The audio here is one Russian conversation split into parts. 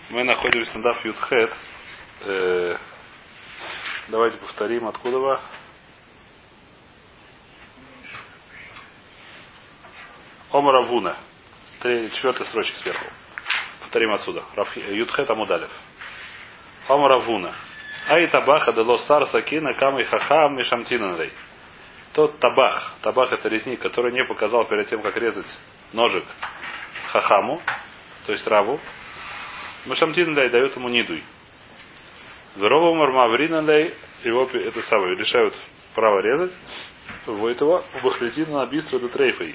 Мы находимся на Даф Ютхет. Давайте повторим, откуда вы. Омар Авуна. Четвертый строчек сверху. Повторим отсюда. Ютхет Амудалев. Омар Авуна. Ай табаха дело сар сакина камай хахам мишамтинанрей. Тот табах. Табах это резник, который не показал перед тем, как резать ножик хахаму, то есть раву. Мишамтинанрей дает ему нидуй. Верова мармавринанрей его это самое решают право резать. Вводит его в бахлетина на бистро до трейфой.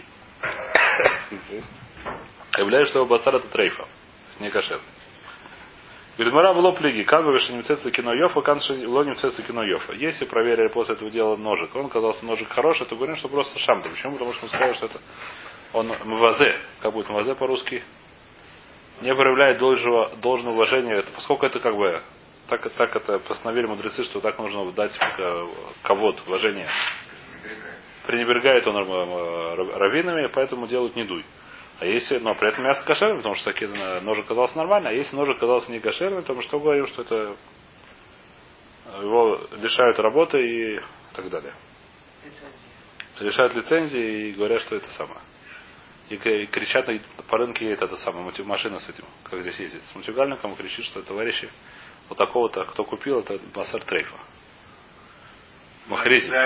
Является, что его басар это трейфа. Не кошер. Гридмара было плиги. Как бы шенимцеца кино Йофа, канши лонимцеца кино Йофа. Если проверили после этого дела ножик, он казался ножик хороший, то говорим, что просто шамта. Почему? Потому что мы сказали, что это он мвазе. Как будет мвазе по-русски? Не проявляет должного уважения. Поскольку это как бы так это постановили мудрецы, что так нужно дать кого-то уважение. Пренебрегает он раввинами, поэтому делают недуй. А если, но при этом мясо кошерное, потому что такие ножик казался нормально, а если ножик казался не кошерным, то мы что говорим, что это его лишают работы и так далее. Лишают лицензии и говорят, что это самое. И кричат по рынке это самое, машина с этим, как здесь ездит, с мутюгальником и кричит, что товарищи вот такого-то, кто купил, это басар трейфа. Махризи.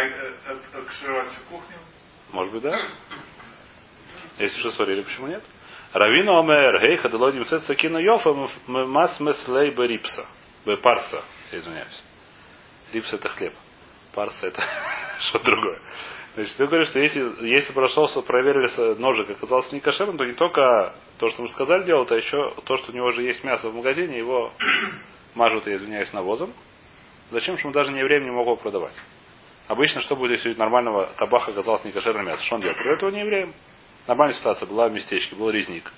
Может быть, да? Если что сварили, почему нет? Равину омер, гей, хаделодим цеца кино йофа, мас меслей бы рипса. Бы парса, я извиняюсь. Рипс это хлеб. Парса это что-то другое. Значит, ты говоришь, что если прошелся, проверили ножик, оказался не кошерным, то не только то, что мы сказали, делают, а еще то, что у него уже есть мясо в магазине, его мажут, я извиняюсь, навозом. Зачем? Что мы даже не евреям не могут его продавать. Обычно, что будет, если нормального табаха оказалось не кошерное мясо? Что он делает? Продает его не евреям. Нормальная ситуация была в местечке, был резник.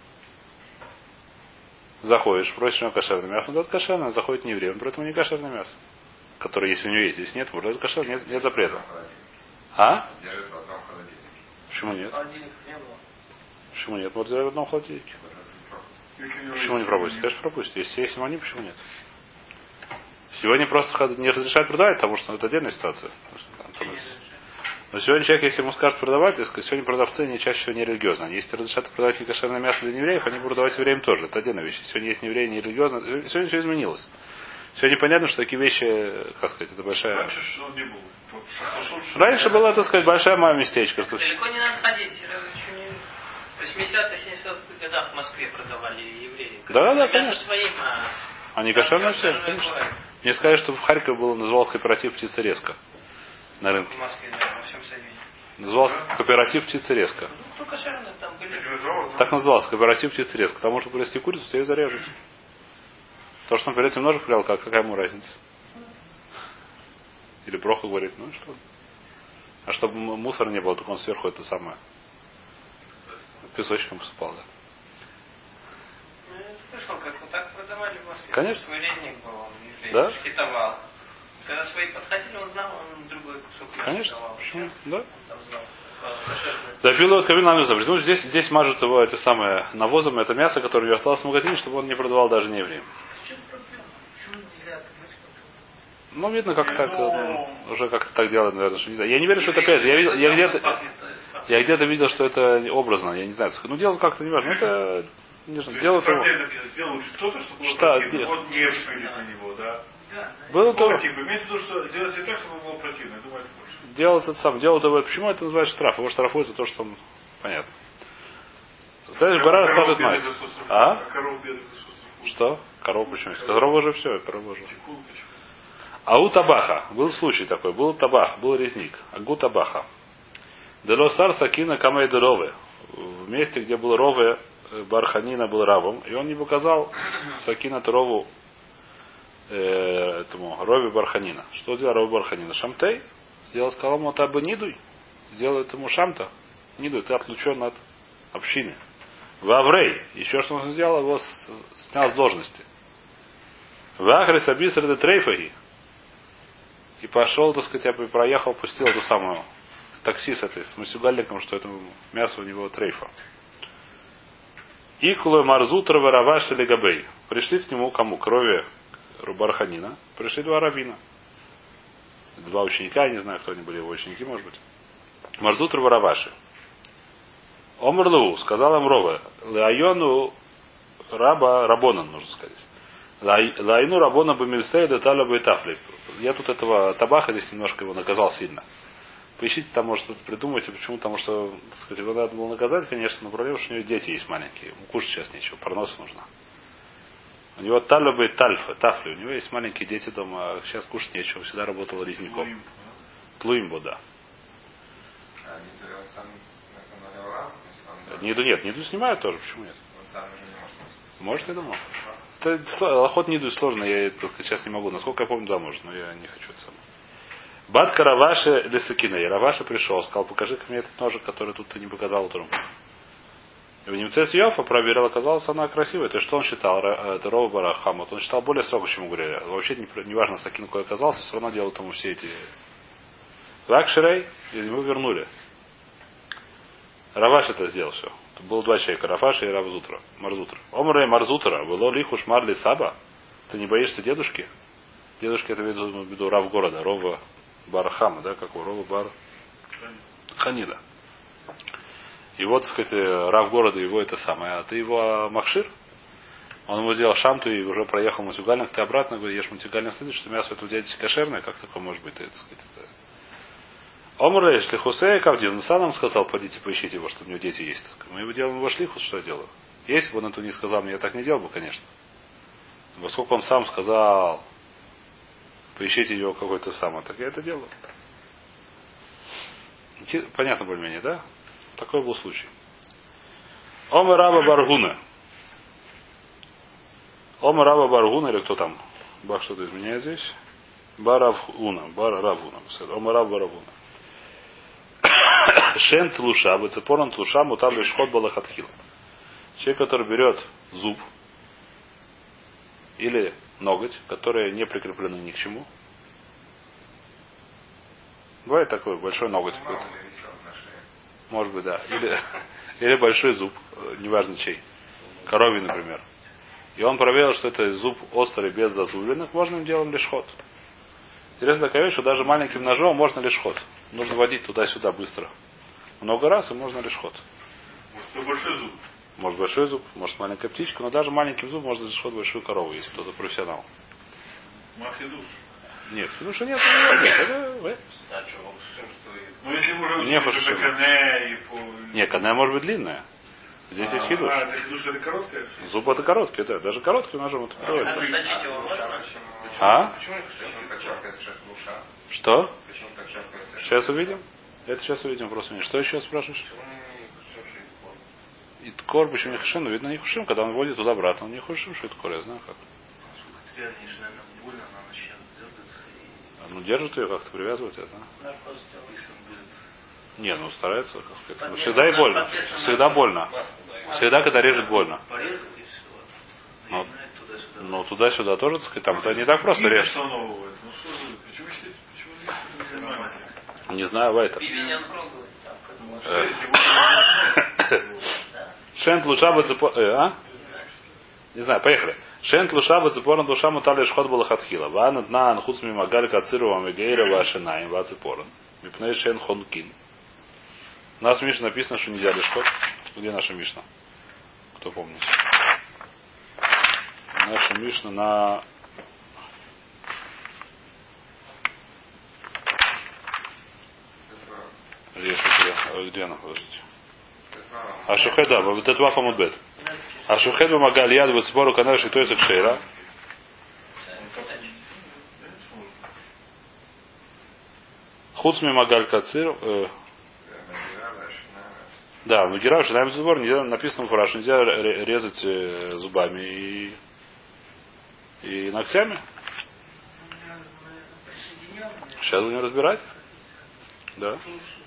Заходишь, просишь у него кошерное мясо, он дает кошерное, заходит не еврей, он продает ему не кошерное мясо. Которое, если у него есть, здесь нет, продает кошерное, нет запрета. А? Почему нет? Почему нет? Можно в одном холодильнике. Почему не пропустить? Конечно, пропустить. Если есть они, почему нет? Сегодня просто не разрешают продавать, потому что это отдельная ситуация. Но сегодня человек, если ему скажут продавать, сегодня продавцы они чаще всего не религиозные. Если разрешат продавать некошерное мясо для неевреев, они будут давать евреям тоже. Это отдельная вещь. Сегодня есть неевреи, не религиозные. Сегодня все изменилось. Сегодня понятно, что такие вещи, как сказать, это большая... Раньше он не был. Раньше была, так сказать, большая моя местечко. Далеко не надо ходить. В 80-70-х годах в Москве продавали евреи. Да, конечно. Своим, они кошерные все, конечно. Мне сказали, что в Харькове назывался кооператив «Птицерезка». На рынке. В Москве, да, во всем Союзе. Назывался кооператив «Птицерезка». Ну, кошерные там были. Так назывался, кооператив «Птицерезка». Потому что привезти курицу, все ее зарежут. То, что он перед этим ножик прилял, какая ему разница? Или Броха говорит, ну что? А чтобы мусора не было, так он сверху это самое. Песочком посыпал, да. Ну, я слышал, как вот так продавали в Москве. Конечно. Свой резник был, он да? шхитовал. Когда свои подходили, он знал, он другой кусок мяса. Конечно. Давал. Почему? Да. Знал. Да, филот кавин нам нужно. Здесь мажут его это самое навозом, это мясо, которое у него осталось в магазине, чтобы он не продавал даже не евреям. Ну, видно, как так, уже как-то так делают, наверное, что не знаю. Я не верю, что это опять же. Я где-то видел, что это образно, я не знаю. Ну, делают как-то не важно. Это не знаю, делают его. Сделают что-то, чтобы было противно. Вот не пшили на него, да. Было то. Имеется в виду, что делать так, чтобы было противно. Я думаю, это больше. Делать это сам. Делать его. Почему это называется штраф? Его штрафуют за то, что он. Понятно. Знаешь, Гора рассказывает мать. А? Что? Корова почему? Корова же все, корова же. Ау табаха. Был случай такой. Был табах, был резник. Агу табаха. Дело сар сакина камей дерове. В месте, где был рове, Барханина был равом. И он не показал сакина рову этому рове Барханина. Что сделал рове Барханина? Шамтей. Сделал, сказал ему, табы нидуй. Сделал этому шамта. Нидуй, ты отлучен от общины. Ваврей. Еще что он сделал? Его снял с должности. Вахри сабиср де трейфаги. И пошел, так сказать, и проехал, пустил эту самую такси с этой, с масюгальником, что это мясо у него трейфа. Икулы Марзутра Вараваш или Габей. Пришли к нему кому? Крови Барханина. Пришли два раввина. Два ученика, я не знаю, кто они были, его ученики, может быть. Марзутра Вараваши. Омрлу, сказал им Рова, Лайону Раба Рабонан, нужно сказать. Лайну Рабона Бамильсей Деталя Байтафли. Я тут этого табаха здесь немножко его наказал сильно. Поищите, там может что-то придумайте. Почему? Потому что, так сказать, его надо было наказать, конечно, но проблема, что у него дети есть маленькие. Ему кушать сейчас нечего, пронос нужно. У него талюбы тальфа, тафли. У него есть маленькие дети дома, а сейчас кушать нечего. Всегда работал резняком. Тлуимбо, да. Ниду снимают тоже, почему нет? Может, я думал. Охот ниду сложно, я сейчас не могу. Насколько я помню, да, может, но я не хочу это самое. Батка Раваши Лесакина. И Раваша пришел, сказал, покажи-ка мне этот ножик, который тут ты не показал утром. И в Немцес Йофа проверил, оказалось, она красивая. То есть, что он считал? Это Рова Барахамот. Он считал более строго, чем ему говорили. Вообще, не важно, Сакин какой оказался, все равно делал ему все эти... Лакширей, и ему вернули. Раваш это сделал все. Тут было два человека, Раваша и Равзутра. Марзутра. Омрей Марзутра, было лихуш марли саба. Ты не боишься дедушки? Дедушка это в виду Рав города, Рова Барахама, да, как у Рова Бар Ханина. И вот, так сказать, Рав города его это самое. А ты его Махшир? Он ему сделал шамту и уже проехал матюгальник, ты обратно говоришь, ешь матюгальник, следует, что мясо это у дяди кошерное, как такое может быть, это, так сказать, это... Омр если Хусея Кавдин, он сам нам сказал, пойдите поищите его, что у него дети есть. Мы его делаем его шлихус, что я делаю? Если бы он это не сказал, мне я так не делал бы, конечно. Но поскольку он сам сказал, поищите его какой-то сам, так я это делаю. Понятно более-менее, да? Такой был случай. Омр Раба Баргуна. Омр Раба Баргуна, или кто там? Бах что-то изменяет здесь. Баравуна. Баравуна. Омр Раба Баравуна. Шен тлуша, бецепорон тлуша, мутар лишхот балахатхил. Человек, который берет зуб или ноготь, которые не прикреплены ни к чему. Бывает такой большой ноготь какой-то. Может быть, да. Или большой зуб, неважно чей. Коровий, например. И он проверил, что это зуб острый, без зазубренных, можно им делать лишхот. Интересно такая вещь, что даже маленьким ножом можно лишхот. Нужно водить туда-сюда быстро. Много раз, и можно лишхот. Может, большой зуб. Может большой зуб, может маленькая птичка, но даже маленьким зубом можно лишхот большую корову, если кто-то профессионал. Махидуш. Нет, потому что нет, это... Ну, если мы уже не учили, что кане и по... Нет, кане может быть длинная. Здесь есть хидуш. Это хидуш это короткая? Зуб это короткий, да. Даже коротким ножом это приводит. Точить его можно? А? Почему так чавкается душа? Что? Почему так чавкается? Сейчас увидим. Это сейчас увидим просто. Что еще спрашиваешь? И кор почему не хушим? Ну, видно, не хушим. Когда он вводит туда-обратно, он не хушим, что это кор, я знаю как. Ну, держит ее как-то, привязывает, я знаю. Не, ну старается, как сказать. Но всегда и больно. Всегда больно. Всегда, когда режет, больно. Но туда-сюда тоже, так сказать, там это не так просто режет. Не знаю, Вайтер. Шент лушаба цепор... Не знаю, поехали. Шент лушаба цепоран душа мутали шхот была хатхила. Ван одна анхуц мимо галька цирова мегейра вашинаем ва цепоран. Мипней шен хонкин. У нас в Мишне написано, что нельзя лишхот. Где наша Мишна? Кто помнит? Наша Мишна на... Где она? Подождите. Ашухед, да, вот это вафа мудбет. Ашухед помогали яд вот сбору канала шитойса кшейра. Хуцми магаль кацир. Да, магира, шинаем забор, написано в Фураше, нельзя резать зубами и ногтями. Сейчас будем разбирать. Да.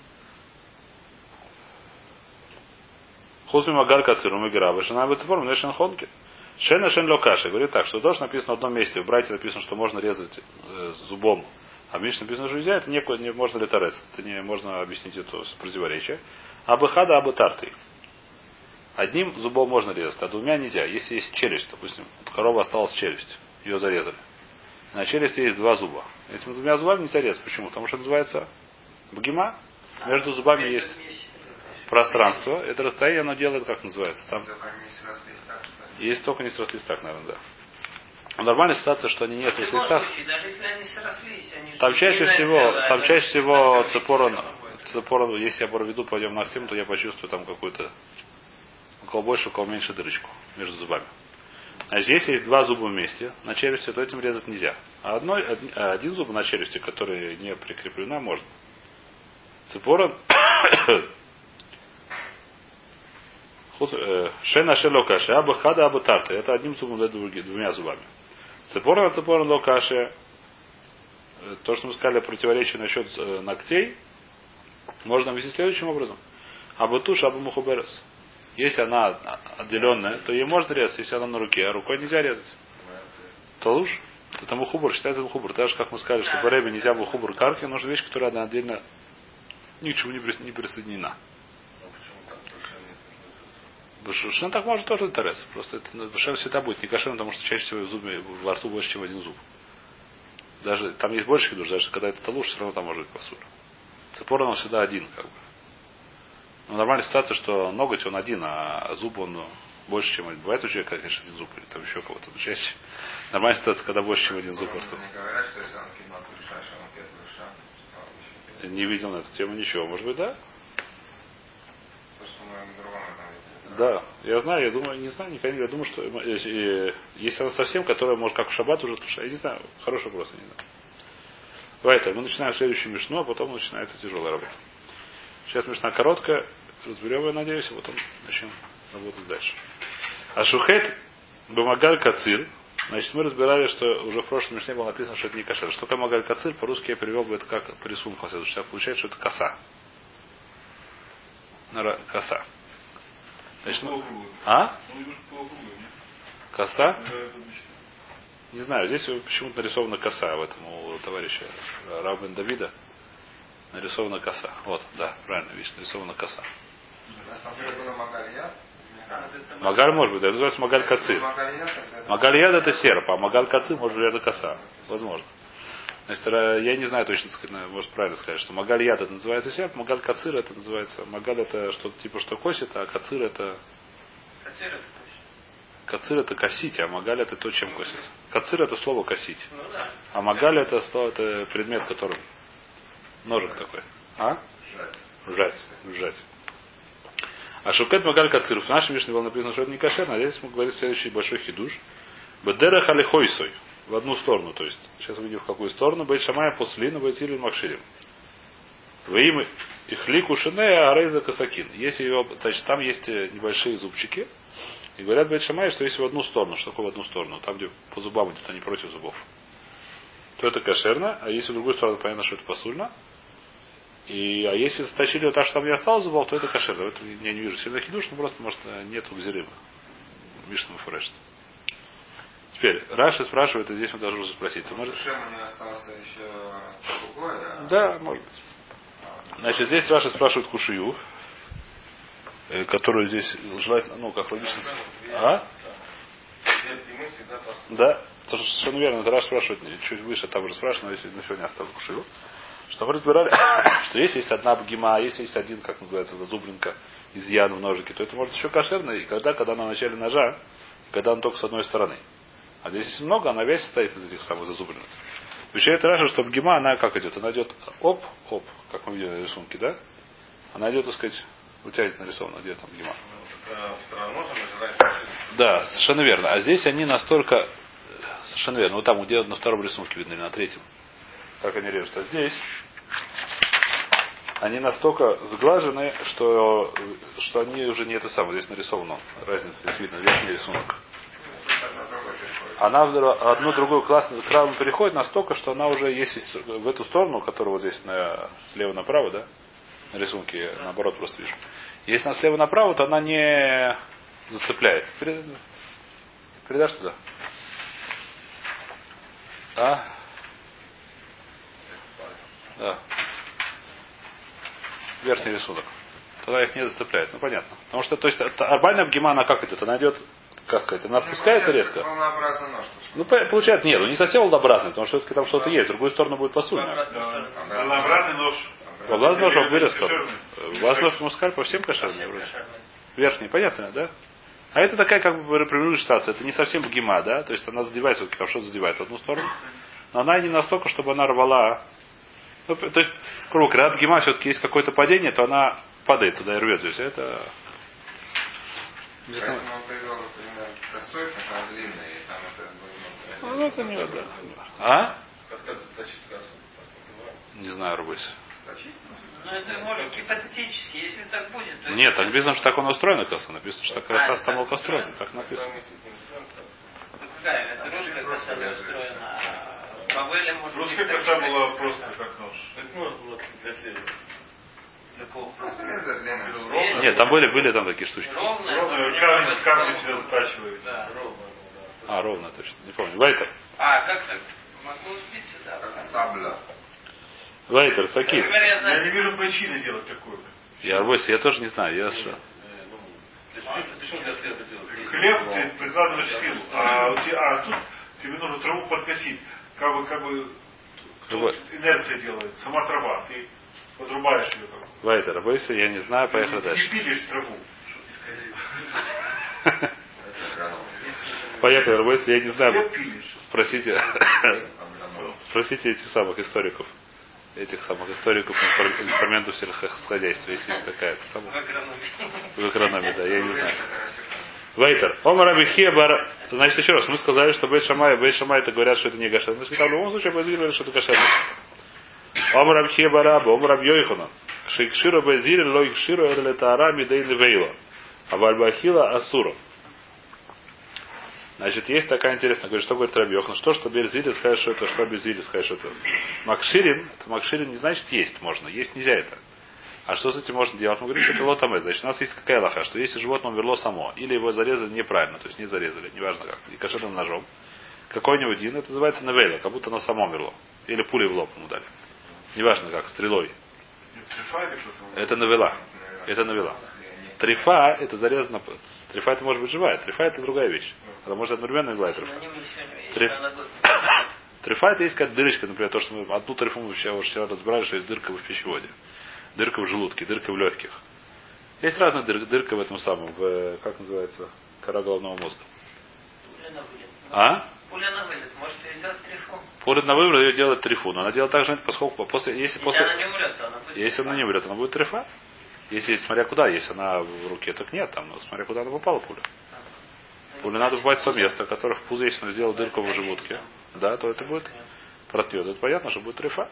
Хусми магаль кацир, магира, шинаем забор, мне шенхонки. Шена шен локаша. Говорит так, что тоже написано в одном месте. В Брайте написано, что можно резать зубом. А в Мишне написано, что нельзя, это не можно литарец. Это не можно объяснить это с противоречия. Абы хада, абы тарты. Одним зубом можно резать, а двумя нельзя. Если есть челюсть, допустим, у коровы осталась челюсть, ее зарезали. На челюсти есть два зуба. Этими двумя зубами нельзя резать. Почему? Потому что это называется бгима. Между зубами есть пространство. Это расстояние, оно делает, как называется. Там есть только не срослись так, наверное, да. Но нормальная ситуация, что они не срослись так. Даже если они срослись, они Там чаще всего цепорон, если я проведу, пойдем на тему, то я почувствую там какую-то, у кого больше, у кого меньше дырочку между зубами. Значит, если есть два зуба вместе на челюсти, то этим резать нельзя. А один зуб на челюсти, который не прикреплена, можно. Цепорон шена шелокаши, аба хада, аба тарта. Это одним зубом, двумя зубами. Цепорон локаши. То, что мы сказали, противоречие насчет ногтей, можно объяснить следующим образом. Аба туш, аба мухуберес. Если она отделенная, то ее можно резать, если она на руке, а рукой нельзя резать. То лучше. Это мухубур, считается мухубур. Так же, как мы сказали, что по ребе нельзя мухубур карки, нужна вещь, которая она отдельно ни к чему не присоединена. Башушин так может тоже интерес. Просто это Башем всегда будет не кошерным, потому что чаще всего в зубе во рту больше, чем один зуб. Даже там есть больше хидуш, даже когда это лучше, все равно там может быть пасуль. Цепор он всегда один, как бы. Но нормальная ситуация, что ноготь он один, а зуб он больше, чем один. Бывает у человека, конечно, один зуб, или там еще кого-то. Но чаще. Нормальная ситуация, когда больше, чем один зуб во рту. Не видел на эту тему ничего. Может быть, да? Да, я знаю, я думаю, не знаю, никогда не думаю, что если она совсем, которая может как в шаббат уже, я не знаю, хороший вопрос, я не знаю. Давайте, мы начинаем следующую мишну, а потом начинается тяжелая работа. Сейчас мишна короткая, разберем ее, надеюсь, а потом начнем работать дальше. А шухет бамагаль кацир. Значит, мы разбирали, что уже в прошлом мишне было написано, что это не кашер. Что такое магаль кацир? По-русски я перевел бы это как по рисунку. Получается, что это коса. Коса. Значит, коса? Не знаю, здесь почему-то нарисована коса в этом у товарища Рав бен Давида. Нарисована коса. Вот, да, правильно, видишь, нарисована коса. Магаль может быть, это называется магаль кацир. Магаль яд это серп, а магаль кацир может быть это коса. Возможно. Значит, я не знаю точно, может правильно сказать, что магаль яд это называется серп, магаль кацир это называется. Магаль это что-то типа что косит, а кацир это. Кацир это косить, а магаль это то, чем косит. Кацир это слово косить. А магаль это слово, это предмет, которым ножик такой. А? Жать. А шукет магаль кацир. В нашем вишне было написано, что это не кошерно, а здесь мы говорим следующий большой хидуш. Бедерах алихойсой. В одну сторону, то есть. Сейчас увидим в какую сторону. Бейт шамая послина, бейтилин макширим. Вы им ихлику шине, а рейза касакин. Если его, значит, там есть небольшие зубчики. И говорят Бейт шамай, что если в одну сторону, что такое в одну сторону, там, где по зубам идет, а не против зубов, то это кошерно, а если в другую сторону, понятно, что это посульно. А если стащили его так, что там не осталось зубов, то это кошерно. Это я не вижу сильных хидуш, но просто, может, нету гзерыма. Мишна фурешт. Теперь, Раши спрашивает, и здесь мы должны спросить. Может, не остался еще другой, а? Да, может быть. Значит, здесь Раши спрашивает Кушию, которую здесь желательно, ну, как логично. А? Да, совершенно верно. Это Раши спрашивает, чуть выше там уже спрашивает, но если на сегодня оставил Кушию. Что мы разбирали, что если есть одна бгима, а если есть один, как называется, зазубринка, изъян в ножике, то это может еще кошерно, и когда она в начале ножа, и когда она только с одной стороны. А здесь если много, она весь состоит из этих самых зазубринок. Отвечает Раша, что бгима, она как идет? Она идет оп, как мы видели на рисунке, да? Она идет, так сказать, у тебя это нарисовано, где там бгима. Да, совершенно верно. А здесь они настолько, совершенно верно, вот там, где на втором рисунке видно, или на третьем, как они режут. А здесь они настолько сглажены, что они уже не это самое. Здесь нарисовано. Разница здесь видно. Верхний рисунок. Она одну другую классно переходит настолько, что она уже есть в эту сторону, которую вот здесь слева направо, да? На рисунке, наоборот, просто вижу. Если она слева направо, то она не зацепляет. Передашь туда? А? Да. Верхний рисунок. туда их не зацепляет. Ну понятно. Потому что, то есть, арбальная бгима, она как идет? Она идет, как сказать, она спускается резко. Ну, получается, нет, не совсем волнообразный, потому что все-таки там что-то есть. В другую сторону будет посульно. Волнообразный нож. Волнообразный нож в обе стороны. Волнообразный нож мускаль по всем кошерный вроде. Верхний, понятно, да? А это такая, как бы, прямая штация. Это не совсем бгима, да? То есть она задевает, все-таки там что задевает в одну сторону. Но она не настолько, чтобы она рвала. Ну, то есть, грубо говоря, бгима все-таки есть какое-то падение, то она падает туда и рвет. То есть это... Поэтому он привел, например, косой, как она длинная, и там это ну, это не да. А? Как так заточить косу? Не знаю, Рубыс. Ну это может гипотетически, если так будет, то... Нет, так написано, что так он устроена коса. Написано, что такая коса станок устроена. Так написано. Какая? Это русская коса не устроена, а Бавеле может быть... Русская коса была просто как нож. Это нож был для клея. Для кого? Нет, там были там такие штучки. Ровно, камни всегда затачивают. Да, ровно. А, ровно, точно. Не помню. Вайтер. А, как так? Могу сбиться, да. сабля. Вайтер, Сакит. Я не вижу причины делать такое. Я я тоже не знаю. Я что? Хлеб ты прикладываешь силу, а тут тебе нужно траву подкосить. Как бы инерция делает, сама трава. Ты подрубаешь ее. Вайтер, бойся, я не знаю, поехали дальше. Не пилишь траву, чтобы не скользило. Поехали, бойся, я не знаю. Пилишь. Спросите этих самых историков. Этих самых историков инструментов сельхозхозяйства, если есть такая-то самая. В экономии, да, я не знаю. Вайтер. Омар Абихия Бар. Значит, еще раз, мы сказали, что Бейт Шамай это говорят, что это не гашер. Значит, в любом случае, Бейт говорят, что это гашер. Омар Абихия Бараба, Омар Абьёйхана. Шейкшира Бейзири, Лойкшира, Эдлетаара, Мидейли Вейла. А Вальбахила Асура. Значит, есть такая интересная, говорит, что говорит Рабьёхан, что Бельзили скажет, что это, что Бельзили скажет, что это. Макширин, это Макширин не значит есть можно, есть нельзя это. А что с этим можно делать? Мы говорим, что это лотаме. Значит, у нас есть какая лоха, что если животное умерло само, или его зарезали неправильно, то есть не зарезали, неважно как, и кошерным ножом, какой-нибудь дин, это называется навейла, как будто оно само умерло. Или пулей в лоб ему дали. Неважно как, стрелой. Это навела. Это навела. Трифа это зарезано. Трифа это может быть живая. Трифа это другая вещь. Она может одновременно навела трифа. Трифа это есть как дырочка, например, то, что мы одну трифу мы вчера разбирали, что есть дырка в пищеводе. Дырка в желудке, дырка в легких. Есть разные дырка в этом самом, как называется, кора головного мозга. Пуля на вылет. А? Пуля на вылет. Может сделать трифу? Пуля на вылет ее делает трифу. Но она делает так же, поскольку если она не умрет, то она будет. Если она не умрет, она будет трифа. Если смотря куда, если она в руке, так нет, там, смотря куда она попала пуля. Пуля надо попасть в то место, которое в пузе, если она сделала дырку в желудке, да, то это будет проткнет. Это понятно, что будет трифа.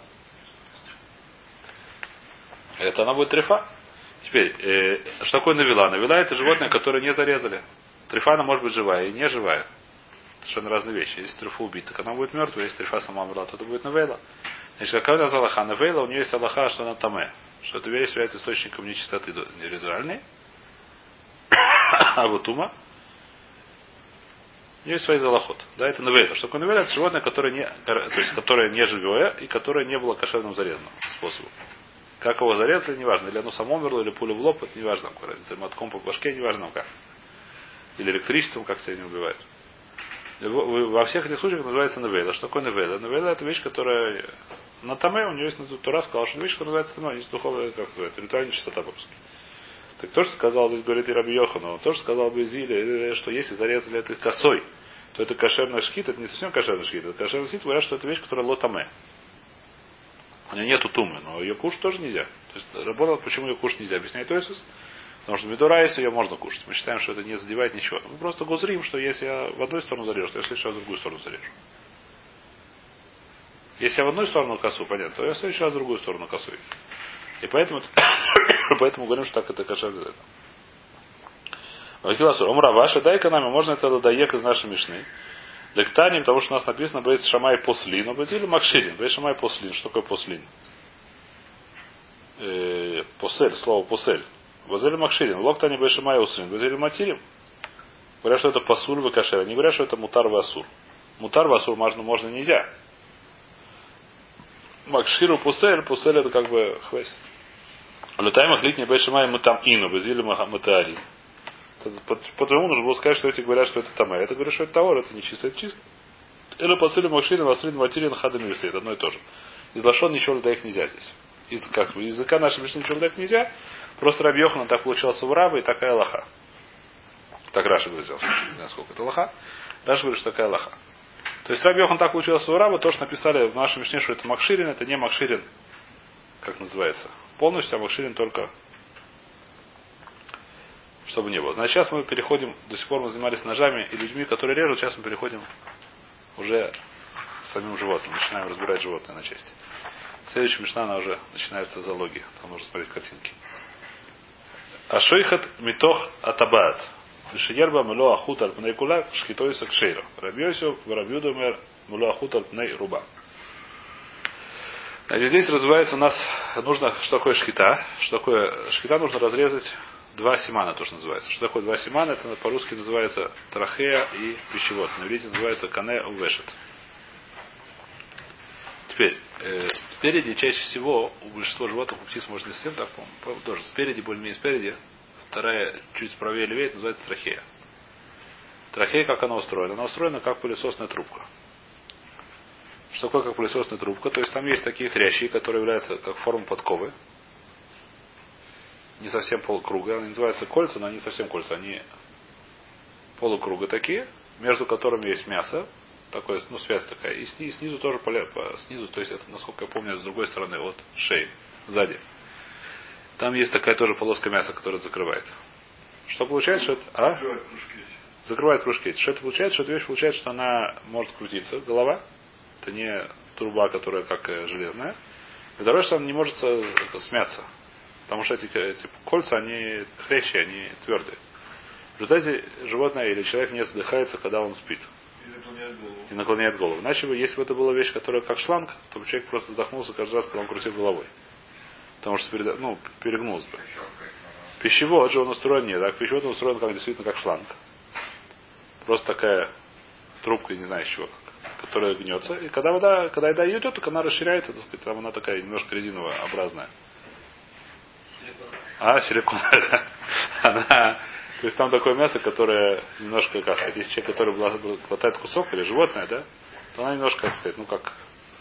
Это она будет трифа. Теперь, что такое навела? Навела это животное, которое не зарезали. Трифа она может быть живая и не живая. Совершенно разные вещи. Если трифа убита, так она будет мертвая. Если трифа сама умерла, то это будет навела. Значит, какая у нас аллаха? Навела, у нее есть аллаха, что она таме. Что эта вещь является источником нечистоты индивидуальной. А вот ума. У нее есть свои залахот. Да, это навела. Что такое навела? Это животное, которое не живое и которое не было кошерным зарезанным способом. Как его зарезали, неважно. Или оно само умерло, или пуля в лоб, это неважно. Мотком по башке, неважно как. Или электричеством, как себя не убивают. Во всех этих случаях называется навейла. Что такое навейла? Навейла это вещь, которая на таме, у нее есть Тура сказал, что вещь, которая называется таме, есть духовная, как называется, ритуальная чистота по-русски. Так то, что сказал, здесь говорит и Раби Йохан, он тоже сказал бы Зиле, что если зарезали это косой, то это кошерный шхит, это не совсем кошерный шхит, это кошерный шхит, говорят, что это вещь, которая лотаме. У нее нету тумы, но ее кушать тоже нельзя. То есть работал, почему ее кушать нельзя, объясняет Тойсус. Потому что медурайс ее можно кушать. Мы считаем, что это не задевает ничего. Мы просто гузрим, что если я в одну сторону зарежу, то я в следующий раз в другую сторону зарежу. Если я в одну сторону косу, понятно, то я в следующий раз в другую сторону косу. И поэтому говорим, что так это кошер. Омра ваша, дай-ка нам, можно это даек из нашей мишны. Лектаним, потому что у нас написано Бейт Шамай Послин, но Бейт Макширин. Бейт Шамай Послин. Что такое Послин? Посель, слово Посель. Базель Макширин. Локтани Бейт Шамай Услин. Базель Матирим. Говорят, что это пасуль в кашер. Они говорят, что это мутар в асур. Мутар в асур можно нельзя. Макширу Посель. Посель это как бы хвест. Лютаем литний бешимай мы там ину, безили матари. Потому нужно было сказать, что эти говорят, что это тамэ. Это говорят, что это таор, это не чисто, это чисто. Или посылим машины, ласрин материн хадами висит. Одно и то же. Из лашон ничего лдаих нельзя здесь. Из языка нашей Мишны ничего лдаих нельзя. Просто Раби Йоханан так получался в Раба и такая лаха. Так Раша говорит, не знаю, сколько это лаха. Раша говорит, что такая лаха. То есть Раби Йохан так получился у Раба, то, что написали в нашем Мишне, что это Макширин, это не Макширин, как называется, полностью, а Макширин только, чтобы не было. Значит, сейчас мы переходим, до сих пор мы занимались ножами и людьми, которые режут, сейчас мы переходим уже к самим животным, начинаем разбирать животное на части. Следующая Мишна, она уже начинается зоология, там нужно смотреть картинки. Ашойхат митох атабаат. Вишиерба муло ахут аль пней кула шхитойса кшейро. Рабьёсю варабьюду мэр муло ахут аль пней руба. Значит, здесь развивается у нас, нужно, что такое шхита. Что такое шхита, нужно разрезать два симана, то, что называется. Что такое два симана? Это по-русски называется трахея и пищевод. На иврите называется кане увешет. Теперь, спереди чаще всего у большинства животных, у птиц, может, не совсем так, по-моему, тоже спереди, более-менее спереди, вторая, чуть правее левее, называется трахея. Трахея, как она устроена? Она устроена как пылесосная трубка. Что такое как пылесосная трубка? То есть там есть такие хрящи, которые являются как форма подковы. Не совсем полукруга. Они называются кольца, но они не совсем кольца. Они полукруга такие, между которыми есть мясо. Такое, ну, связь такая. И снизу тоже снизу, то есть это, насколько я помню, с другой стороны, от шеи, сзади. Там есть такая тоже полоска мяса, которая закрывает. Что получается, что это... Закрывает кружки. Что это получается? Что эта вещь получается, что она может крутиться, голова. Это не труба, которая как железная. И второе, что она не может смяться. Потому что эти кольца, они хрящи, они твердые. В результате животное или человек не задыхается, когда он спит. И наклоняет голову. Иначе бы, если бы это была вещь, которая как шланг, то бы человек просто задохнулся каждый раз, когда он крутил головой. Потому что перегнулся бы. Пищевод же он устроен нет. Так, пищевод он устроен как действительно как шланг. Просто такая трубка, не знаю из чего, которая гнется. И когда еда идет, так она расширяется, так сказать, там она такая немножко резинообразная. Силиконовая, да. То есть там такое мясо, которое немножко, как сказать, если человек, который хватает кусок, или животное, да, то она немножко, как сказать, как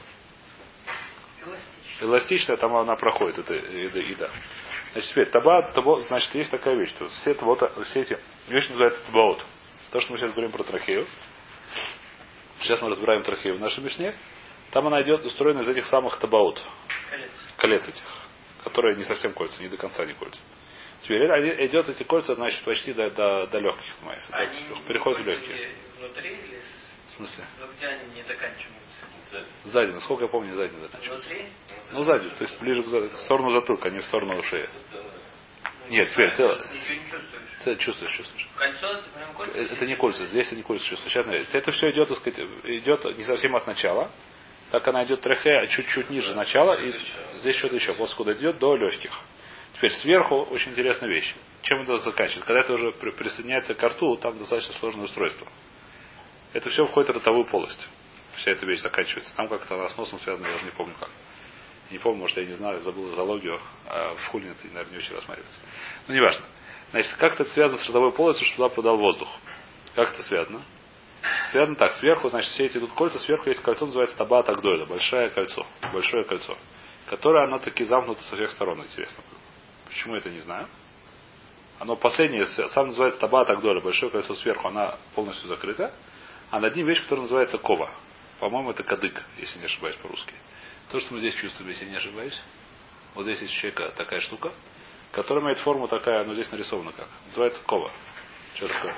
эластичная, там она проходит, эта еда. Значит, теперь, значит, есть такая вещь, что все эти вещи называются табаот. То, что мы сейчас говорим про трахею. Сейчас мы разбираем трахею в нашей Мишне. Там она идет устроена из этих самых табаот. Колец этих. Которые не совсем кольца, не до конца не кольца. Теперь идет эти кольца, значит, почти до легких. Они переходят в легкие. Внутри или в смысле? Но где они не заканчиваются? Сзади, насколько я помню, сзади заканчиваются. Внутри? Ну, сзади, то есть ближе к сторону затылка, а не в сторону шеи. Нет, теперь целое. Чувствуешь. Кольцо, это прям кольца? Это не кольца, здесь это не кольца чувствуешь. Сейчас, это все идет, так сказать, идет не совсем от начала. Так она идет трахея чуть-чуть ниже начала, и здесь что-то еще, вот скуда идет до легких. Теперь сверху очень интересная вещь. Чем это заканчивается? Когда это уже присоединяется к рту, там достаточно сложное устройство. Это все входит в ротовую полость. Вся эта вещь заканчивается. Там как-то она с носом связана, я даже не помню как. Не помню, может, я не знаю, забыл зоологию, а в хулине это, наверное, не очень рассматривается. Но неважно. Значит, как это связано с ротовой полостью, что туда подал воздух? Как это связано? Связано так. Сверху, значит, все эти идут кольца, сверху есть кольцо, называется табаат агдойла, большое кольцо, которое оно таки замкнуто со всех сторон, интересно. Почему я это не знаю? Оно последнее, сам называется табаат агдойла, большое кольцо сверху, она полностью закрыта. А над ним вещь, которая называется кова. По-моему, это кадык, если не ошибаюсь по-русски. То, что мы здесь чувствуем, если не ошибаюсь. Вот здесь есть у человека такая штука, которая имеет форму такая, но здесь нарисована как. Называется кова. Что такое?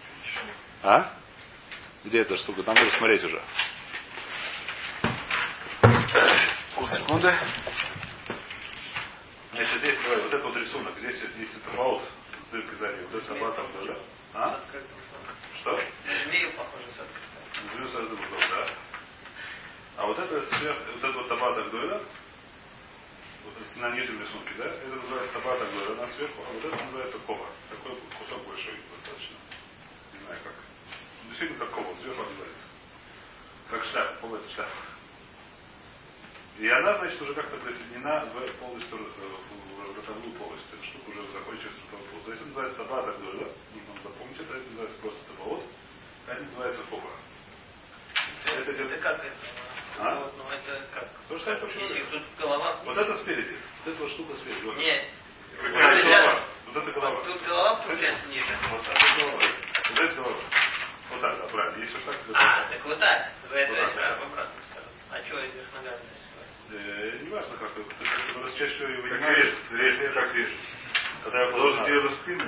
Где эта штука? Там нужно смотреть уже. Полсекунды. Значит, здесь, давай, вот это вот рисунок. Здесь есть табаот с дыркой сзади. Вот это табаат там тоже. Что? Змею похоже с открытым. Змею с открытым, да. А вот это вот табаат агдойла, вот на нижнем рисунке, да, это называется табаат агдойла, она сверху, а вот это называется кова. Такой кусок большой достаточно. Не знаю как. Действительно как кова, сверху называется. Как шляпа, помните шляпа. И она, значит, уже как-то присоединена в полностью в ротовую полость. Эта штука уже заходит через ротовую полость. То есть это называется табата гдола. Нужно запомнить это. Это называется просто табаот. А это называется фоба. Это как это? А? Ну это как? То же самое, что Если тут голова. вот это спереди. Вот эта вот штука спереди. Вот. Нет. Вот это голова. Вот это голова. Тут голова получается ниже. Вот так. Это голова. Вот это голова. Вот так, да, правильно. Если вот так, то Так вот так. Это Вот я так. обратно скажу. А что я здесь ногами нарисовать? не важно, как ты чаще всего его не режешь. Как режешь. Когда я должен делать спину.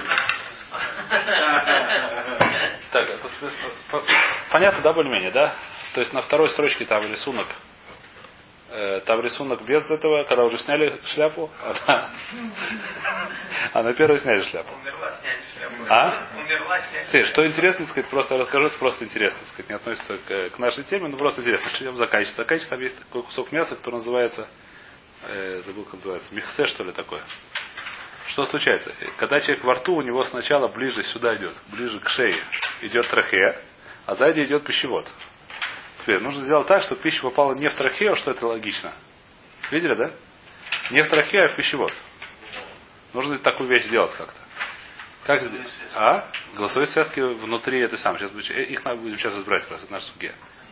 Так, это понятно, да, более-менее, да? То есть на второй строчке там рисунок. Там рисунок без этого, когда уже сняли шляпу, а на первой сняли шляпу. Умерла, сняли шляпу. А? Умерла, сняли. Что интересно, сказать, просто расскажу, это просто интересно, сказать, не относится к нашей теме, но просто интересно. Чем заканчивается? Заканчивается, там есть такой кусок мяса, который называется, забыл, как называется, михсе, что ли, такое. Что случается? Когда человек во рту, у него сначала ближе сюда идет, ближе к шее, идет трахея, а сзади идет пищевод. Теперь нужно сделать так, чтобы пища попала не в трахею, что это логично. Видели, да? Не в трахею, а в пищевод. Нужно такую вещь сделать как-то. Как здесь? А? Голосовые связки внутри этой самой. Сейчас их будем сейчас разбирать, как раз это наша сугия.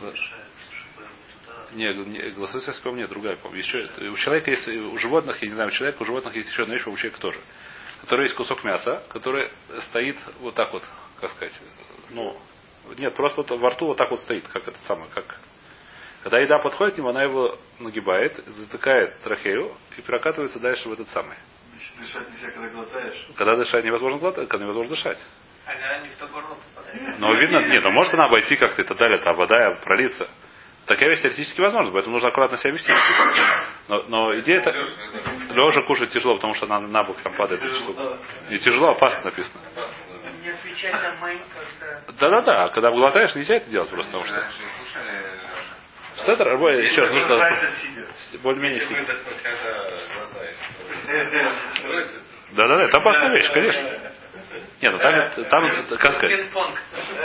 Не, голосовые связки, по-моему, нет, другая, по-моему. Еще, у человека есть, у животных, я не знаю, у человека, у животных есть еще одна вещь, по-моему, у человека тоже. Который есть кусок мяса, который стоит вот так вот, как сказать, ну, нет, просто вот во рту вот так вот стоит, как это самое, как. Когда еда подходит к нему, она его нагибает, затыкает трахею и прокатывается дальше в этот самый. Дышать нельзя, когда глотаешь. Когда дышать невозможно глотать, когда невозможно дышать. А когда не в то горло попадает. Но видно, нет, но может она обойти как-то и так далее, там вода пролиться. Такая вещь теоретически возможна, поэтому нужно аккуратно себя вести. Но идея это. Лежа кушать тяжело, потому что она на бок там падает. И тяжело, опасно написано. Не отвечать на моим, когда... Да. А когда глотаешь, нельзя это делать просто, потому что. Сеттер, еще раз нужно более-менее сидеть. Да, это опасная вещь, конечно. Нет, ну там как сказать. Пинг-понг.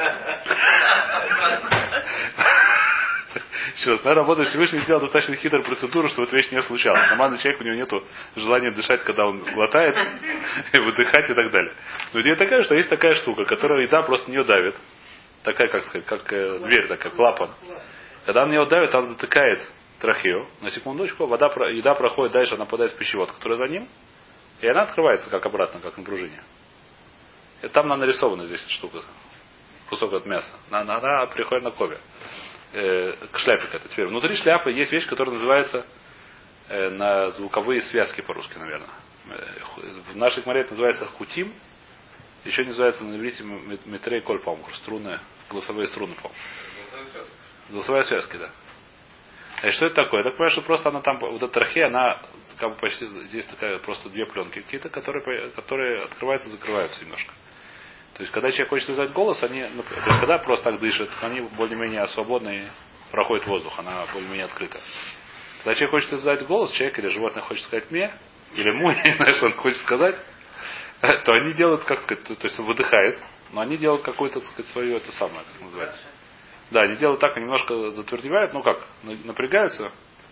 Еще раз, наверное, работает Всевышний сделал достаточно хитрую процедуру, чтобы эта вещь не случалась. Нормальный человек, у него нету желания дышать, когда он глотает, и выдыхать и так далее. Но идея такая, что есть такая штука, которая еда просто на нее давит. Такая, как сказать, как дверь такая, клапан. Когда на нее давит, он затыкает трахею. На секундочку еда проходит дальше, она попадает в пищевод, который за ним, и она открывается как обратно, как на пружине. И там она нарисована здесь эта штука. Кусок от мяса. Она приходит на кове. К шляпе к этой. Теперь внутри шляпы есть вещь, которая называется на звуковые связки по-русски, наверное. В нашей гмаре это называется хутим. Еще называется на иврите метрей коль, по-моему, струны, голосовые струны, по-моему. Голосовая связка, да. И что это такое? Я так понимаю, что просто она там, вот эта трахея, она как бы почти здесь такая просто две пленки какие-то, которые открываются и закрываются немножко. То есть, когда человек хочет издать голос, они, то есть, когда просто так дышит, они более-менее свободно и проходит воздух, она более-менее открыта. Когда человек хочет издать голос, человек или животное хочет сказать «ме», или «му», не знаю, что он хочет сказать, то они делают, как сказать, то есть он выдыхает, но они делают какое-то, так сказать, свое, это самое, как называется. Да, они делают так, немножко затвердевают, ну как, напрягаются,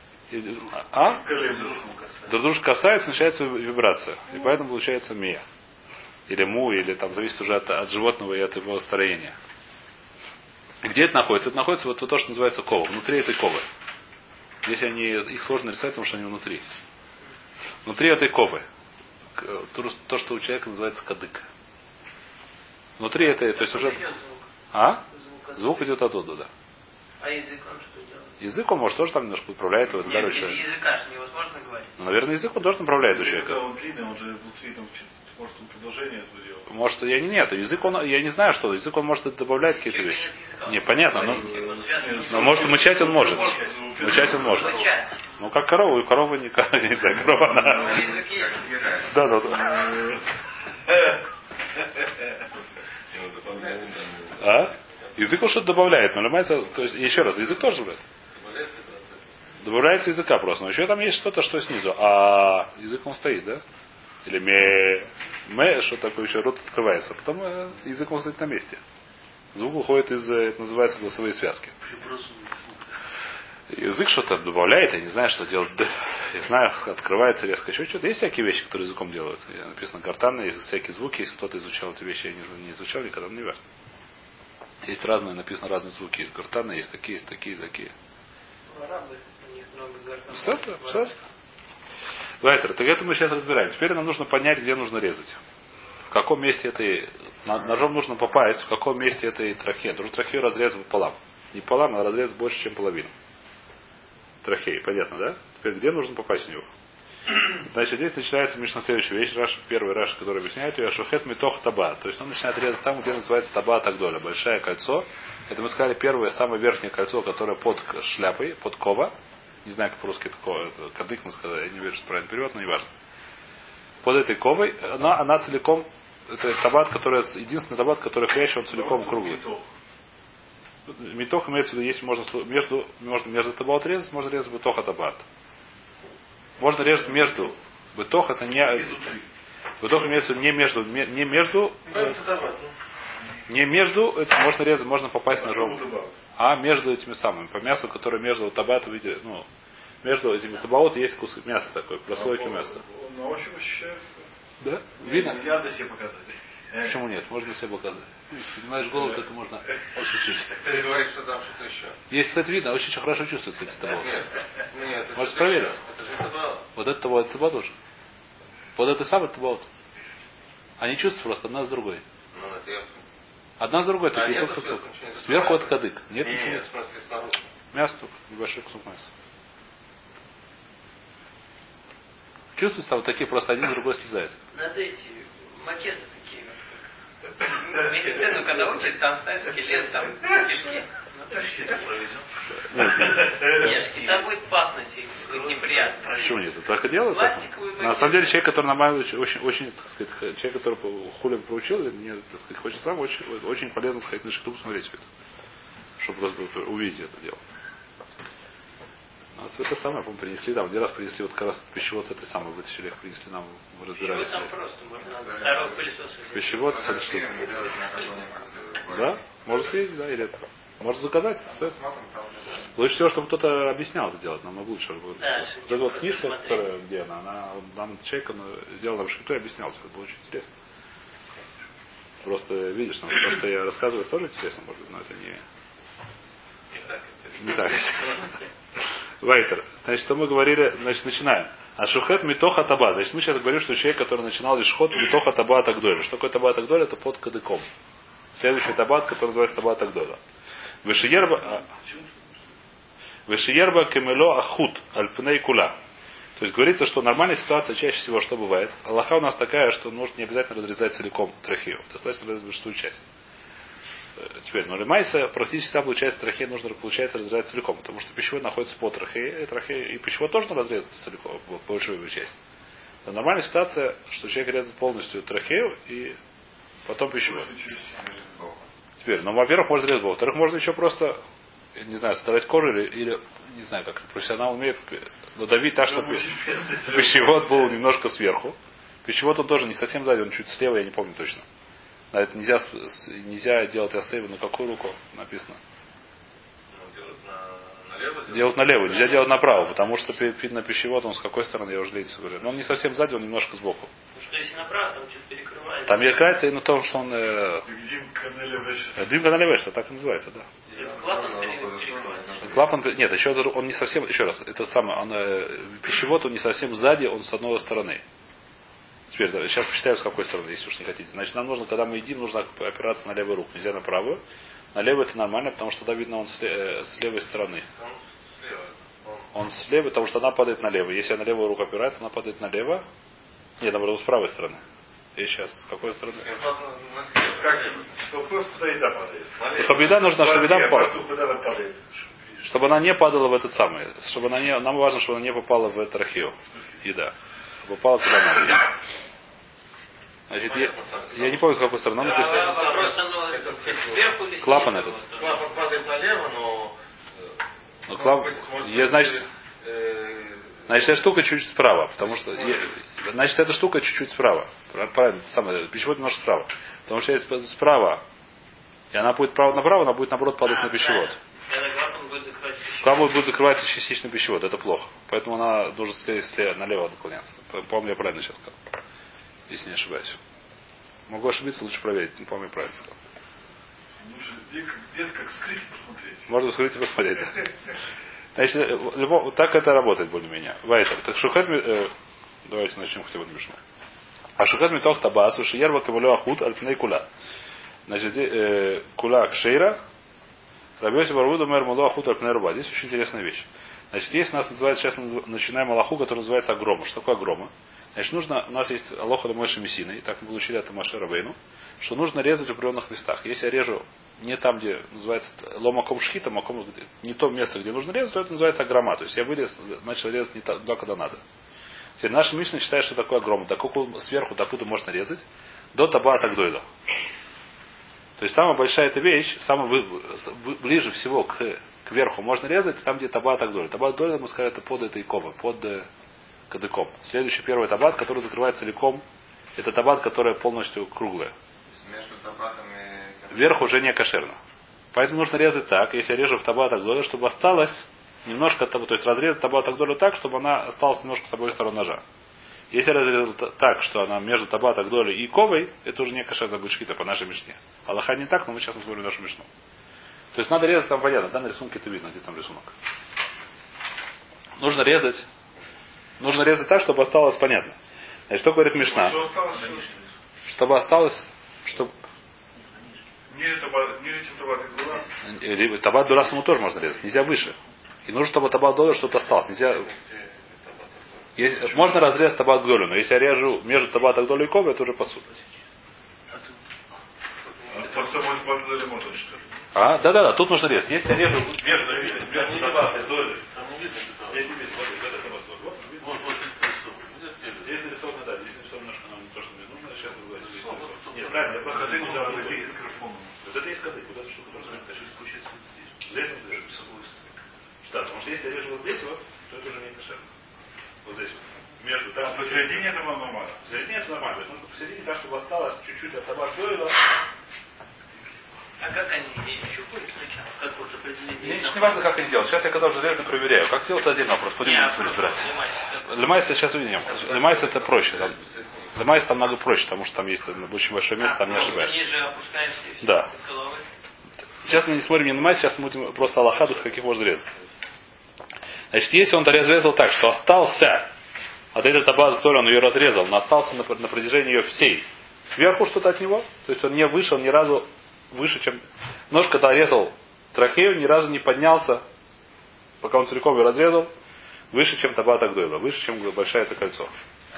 друг друга касаются, начинается вибрация, и поэтому получается «ме». Или му, или там зависит уже от животного и от его строения. Где это находится? Это находится вот то, что называется кова, внутри этой ковы. Здесь их сложно рисовать, потому что они внутри. Внутри этой ковы. То, что у человека называется кадык. Внутри этой, то есть уже... А? Звук идет оттуда, да. А язык он что делает? Язык он может тоже там немножко управляет его. Нет, языка же невозможно говорить. Ну, наверное, язык он тоже направляет у человека. Когда он длинный, он же внутри там может он продолжение этого делать. Может, нет. Язык он, я не знаю, что. Язык он может добавлять какие-то вещи. Не, понятно, но может мычать он может. Мычать он может. Ну, как корова, у коровы не знаю, корова она. Да. А? Язык он что-то добавляет, но понимаете, то есть, еще раз, язык тоже добавляет. Добавляется языка просто. Но еще там есть что-то, что снизу. А язык он стоит, да? Или ме, что такое еще, рот открывается. Потом язык он стоит на месте. Звук уходит из, это называется голосовые связки. Язык что-то добавляет, я не знаю, что делать. Я знаю, открывается резко еще что-то. Есть всякие вещи, которые языком делают. Написано гортанно, есть всякие звуки. Если кто-то изучал эти вещи, я не изучал никогда, не важно. Есть разные, написано разные звуки. Есть гортанно, есть такие, такие. Арабы, у них много гортанных. Все. Вайтер, так это мы сейчас разбираем. Теперь нам нужно понять, где нужно резать. В каком месте этой... Ножом нужно попасть, в каком месте этой трахеи. Нужно трахею разрезать пополам. Не пополам, а разрезать больше, чем половину. Трахеи, понятно, да? Теперь где нужно попасть в него? Значит, здесь начинается Мишна следующая вещь. Первый Раш, который объясняет ее, шухет митох таба. То есть он начинает резать там, где называется таба тагдоля. Большое кольцо. Это мы сказали первое, самое верхнее кольцо, которое под шляпой, под кова. Не знаю, как по-русски такое. Это кадык мы сказали. Я не верю, что правильный перевод, но не важно. Под этой ковой, она целиком, это табат, который, единственный табат, который хрящ, он целиком круглый. Митох имеется в виду, если можно между табаот резать, можно резать бытоха табат. Можно резать между. Бытох это не... Бытох имеется в виду не между, это можно резать, можно попасть ножом. А между этими самыми. По мясу, которое между табатом, между этими табаот есть кусок мяса такой, прослойки мяса. На ощупь ощущается. Да? Видно? Нельзя до себя показать. Почему нет? Можно себе показать. Если понимаешь голод, это можно ощутить. Ты говоришь, что там что-то еще. Есть, кстати, видно, очень хорошо чувствуется эти табаот. Нет. Можете проверить. Это же табаот. Вот это табаот тоже. Вот это самый табаот. Они чувствуют просто одна с другой. Ну, это я... Одна с другой. А нет, Сверху это кадык. Нет, ничего нет. нет. В смысле, снаружи. Мясо только. Небольшой кусок мяса. Чувствуется, вот такие просто один с другой слезает. Надо эти макеты такие. Медицину, когда учат, там ставят скелет, там кишки. Кишки, там будет пахнуть неприятно. Почему нет? Это так и делают? На самом деле, человек, который нормально очень, так сказать, человек, который хулин проучил, мне, так сказать, хочет сам, очень полезно сходить на шкиту посмотреть все это. Чтобы просто увидеть это дело. Нас это самое, по-моему, принесли, там, один раз принесли, вот как раз пищевод с этой самой вытащили, их принесли нам, мы разбирались. Его там просто, можно старого пылесоса. Пищевод, что? Да? Может съездить, да, или может заказать. Лучше всего, чтобы кто-то объяснял это делать, нам лучше. Да, вот эта вот книжка, которая, где она нам человек сделал нам шкиту и объяснял, это было очень интересно. Просто видишь, нам то, что я рассказываю, тоже интересно, может быть, но это не так. Вайтер. Значит, что мы говорили, значит, начинаем. А шухет митоха таба. Значит, мы сейчас говорим, что человек, который начинал лишхот митоха таба тагдоля. Что такое таба тагдоля? Это под кадыком. Следующий табат, который называется таба тагдоля. Вешиерба кемело ахут альпней кула. То есть говорится, что нормальная ситуация чаще всего что бывает. Аллаха у нас такая, что нужно не обязательно разрезать целиком трахею. Достаточно разрезать большую часть. Теперь, но лемайса практически вся получается трахея нужно, получается, разрезать целиком, потому что пищевод находится под трахеей, и пищевод тоже надо разрезать целиком, большую его часть. Но нормальная ситуация, что человек резает полностью трахею и потом пищевод. Теперь, ну, во-первых, можно резать, во-вторых, можно еще просто, не знаю, старать кожу или не знаю, как профессионал умеет надавить так, чтобы пищевод был немножко сверху. Пищевод он тоже не совсем сзади, он чуть слева, я не помню точно. На это нельзя делать асейвы на какую руку написано? Делать налево. Нельзя делать направо, потому что на пищевод он с какой стороны, я уже длительно говорю. Но он не совсем сзади, он немножко сбоку. Потому что если направо, там что-то перекрывается. Там перекрывается и на том, что он... Димка налевешься, так и называется, да. Клапан перекрывается. Клапан, нет, еще он не совсем, еще раз, это самое, пищевод он не совсем сзади, он с одной стороны. Теперь, сейчас посчитаю, с какой стороны, если уж не хотите. Значит, нам нужно, когда мы едим, нужно опираться на левую руку. Нельзя на правую. На левую это нормально, потому что, да, видно, он с левой стороны. Он слева, потому что она падает налево. Если на левую руку опирается, она падает налево. Нет, наоборот, с правой стороны. И сейчас, с какой стороны? Как это? Что просто куда еда падает? Чтобы еда нужна, чтобы еда падала. Чтобы она не падала в этот самый. Чтобы она не, нам важно, чтобы она не попала в трахею. Еда. Попала куда надо. Значит, я не помню, с какой стороны написано. Клапан этот. Клапан падает налево, но клапан. Значит, эта штука чуть-чуть справа, потому что значит, эта штука чуть-чуть справа. Правильно, самое пищевод немножко справа. Потому что если справа, и она будет направо, она будет наоборот падать на пищевод. Когда клапан будет закрывать пищевод. Там будет закрываться частично пищевод, это плохо. Поэтому она должен слева налево наклоняться. По-моему, я правильно сейчас сказал. Если не ошибаюсь. Могу ошибиться, лучше проверить. Не помню, я правильно сказал. Где-то как скрыть посмотреть. Можно вскрыть и посмотреть. Значит, так это работает более-менее. Вайтер. Так шухет, давайте начнем хотя бы мишну. А шухет метох табас, шиерва кавалю ахут альпней кула. Значит, кула кшейра, рабьёси барвуду мэр мулу ахут альпней руба. Здесь очень интересная вещь. Значит, есть у нас называется, сейчас начинаем аллаху, который называется агрома. Что такое агрома? Значит, нужно, у нас есть алоха до Мойши Мессины, и так мы получили от Маше Рабейну, что нужно резать в определенных местах. Если я режу не там, где называется ломаком шхита, не то место, где нужно резать, то это называется агрома. То есть я начал резать не туда, куда надо. Теперь наша Мишна считает, что такое агрома. Сверху, докуда можно резать, до таба тагдойда. То есть самая большая эта вещь, самая ближе всего к верху можно резать, там, где таба тагдойда. Таба тагдойда, мы сказали, это под этой ковы, под кадыком. Следующий первый табат, который закрывает целиком, это табат, которая полностью круглая. Между табатом и... Вверх уже не кошерно. Поэтому нужно резать так, если я режу в табат агдоля, чтобы осталось немножко, то есть разрезать табат агдоля так, чтобы она осталась немножко с обоих сторон ножа. Если я разрезал так, что она между табат агдолей и ковой, это уже не кошерно будет шхита по нашей мишне. Аллаха не так, но мы сейчас смотрим нашу мишну. То есть надо резать там понятно, да, на рисунке это видно, где там рисунок. Нужно резать так, чтобы осталось понятно. Значит, что говорит Мишна? Чтобы осталось, чтобы... Ниже табат дура саму тоже можно резать. Нельзя выше. И нужно, чтобы табат дура что-то осталось. Нельзя... Можно разрезать табат долю, но если я режу между табат долей и ковой, это уже посуда. Да. Тут нужно резать. Если я режу между табат долей, здесь нарисовано, да, здесь нарисовано немножко нам не то, что мне нужно, сейчас вы говорите. Нет, правильно, я просто хочу подойти к микрофону. Вот это есть кадык, вот эта штука тоже хочу включиться здесь. Лезем здесь, да, потому что если я режу вот здесь вот, то это уже не кошерно. Вот здесь вот. Между там. Посередине это нормально. Посередине это нормально. Нужно посередине так, чтобы осталось чуть-чуть от табак доила. А как они щупают сначала? Как вот определение? Не важно, как они делают. Сейчас я когда уже железно проверяю. Как делать, отдельный вопрос. Будем разбирать. Лемайс сейчас увидим. Лемайс это проще. Лемайс там много проще, потому что там есть очень большое место, там не ошибаешься. Да. Сейчас мы не смотрим не Лемайс, сейчас мы будем просто аллахаду, с каких можно резать. Значит, если он разрезал так, что остался от этой табаты, который он ее разрезал, но остался на протяжении ее всей, сверху что-то от него, то есть он не вышел ни разу выше, чем... Нож, когда резал трахею, ни разу не поднялся, пока он целиком ее разрезал, выше, чем табат агдойла, выше, чем большое это кольцо.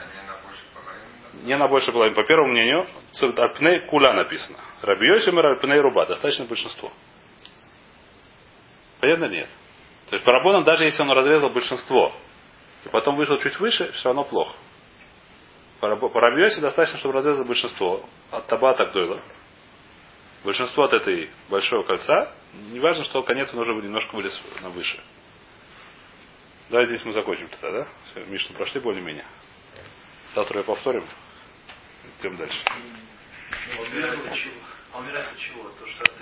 Не на больше половины. По первому мнению, альпней куля написано. Рабьёсимер альпней руба. Достаточно большинство. Понятно, нет? То есть по рабонам, даже если он разрезал большинство, и потом вышел чуть выше, все равно плохо. По рабьёсе достаточно, чтобы разрезать большинство от табата агдойла. Большинство от этой большого кольца, не важно, что конец он уже немножко вылез на выше. Давайте здесь мы закончим тогда, да? Все, Мишну прошли более-менее. Завтра я повторим. Идем дальше. А умирает от чего? То, что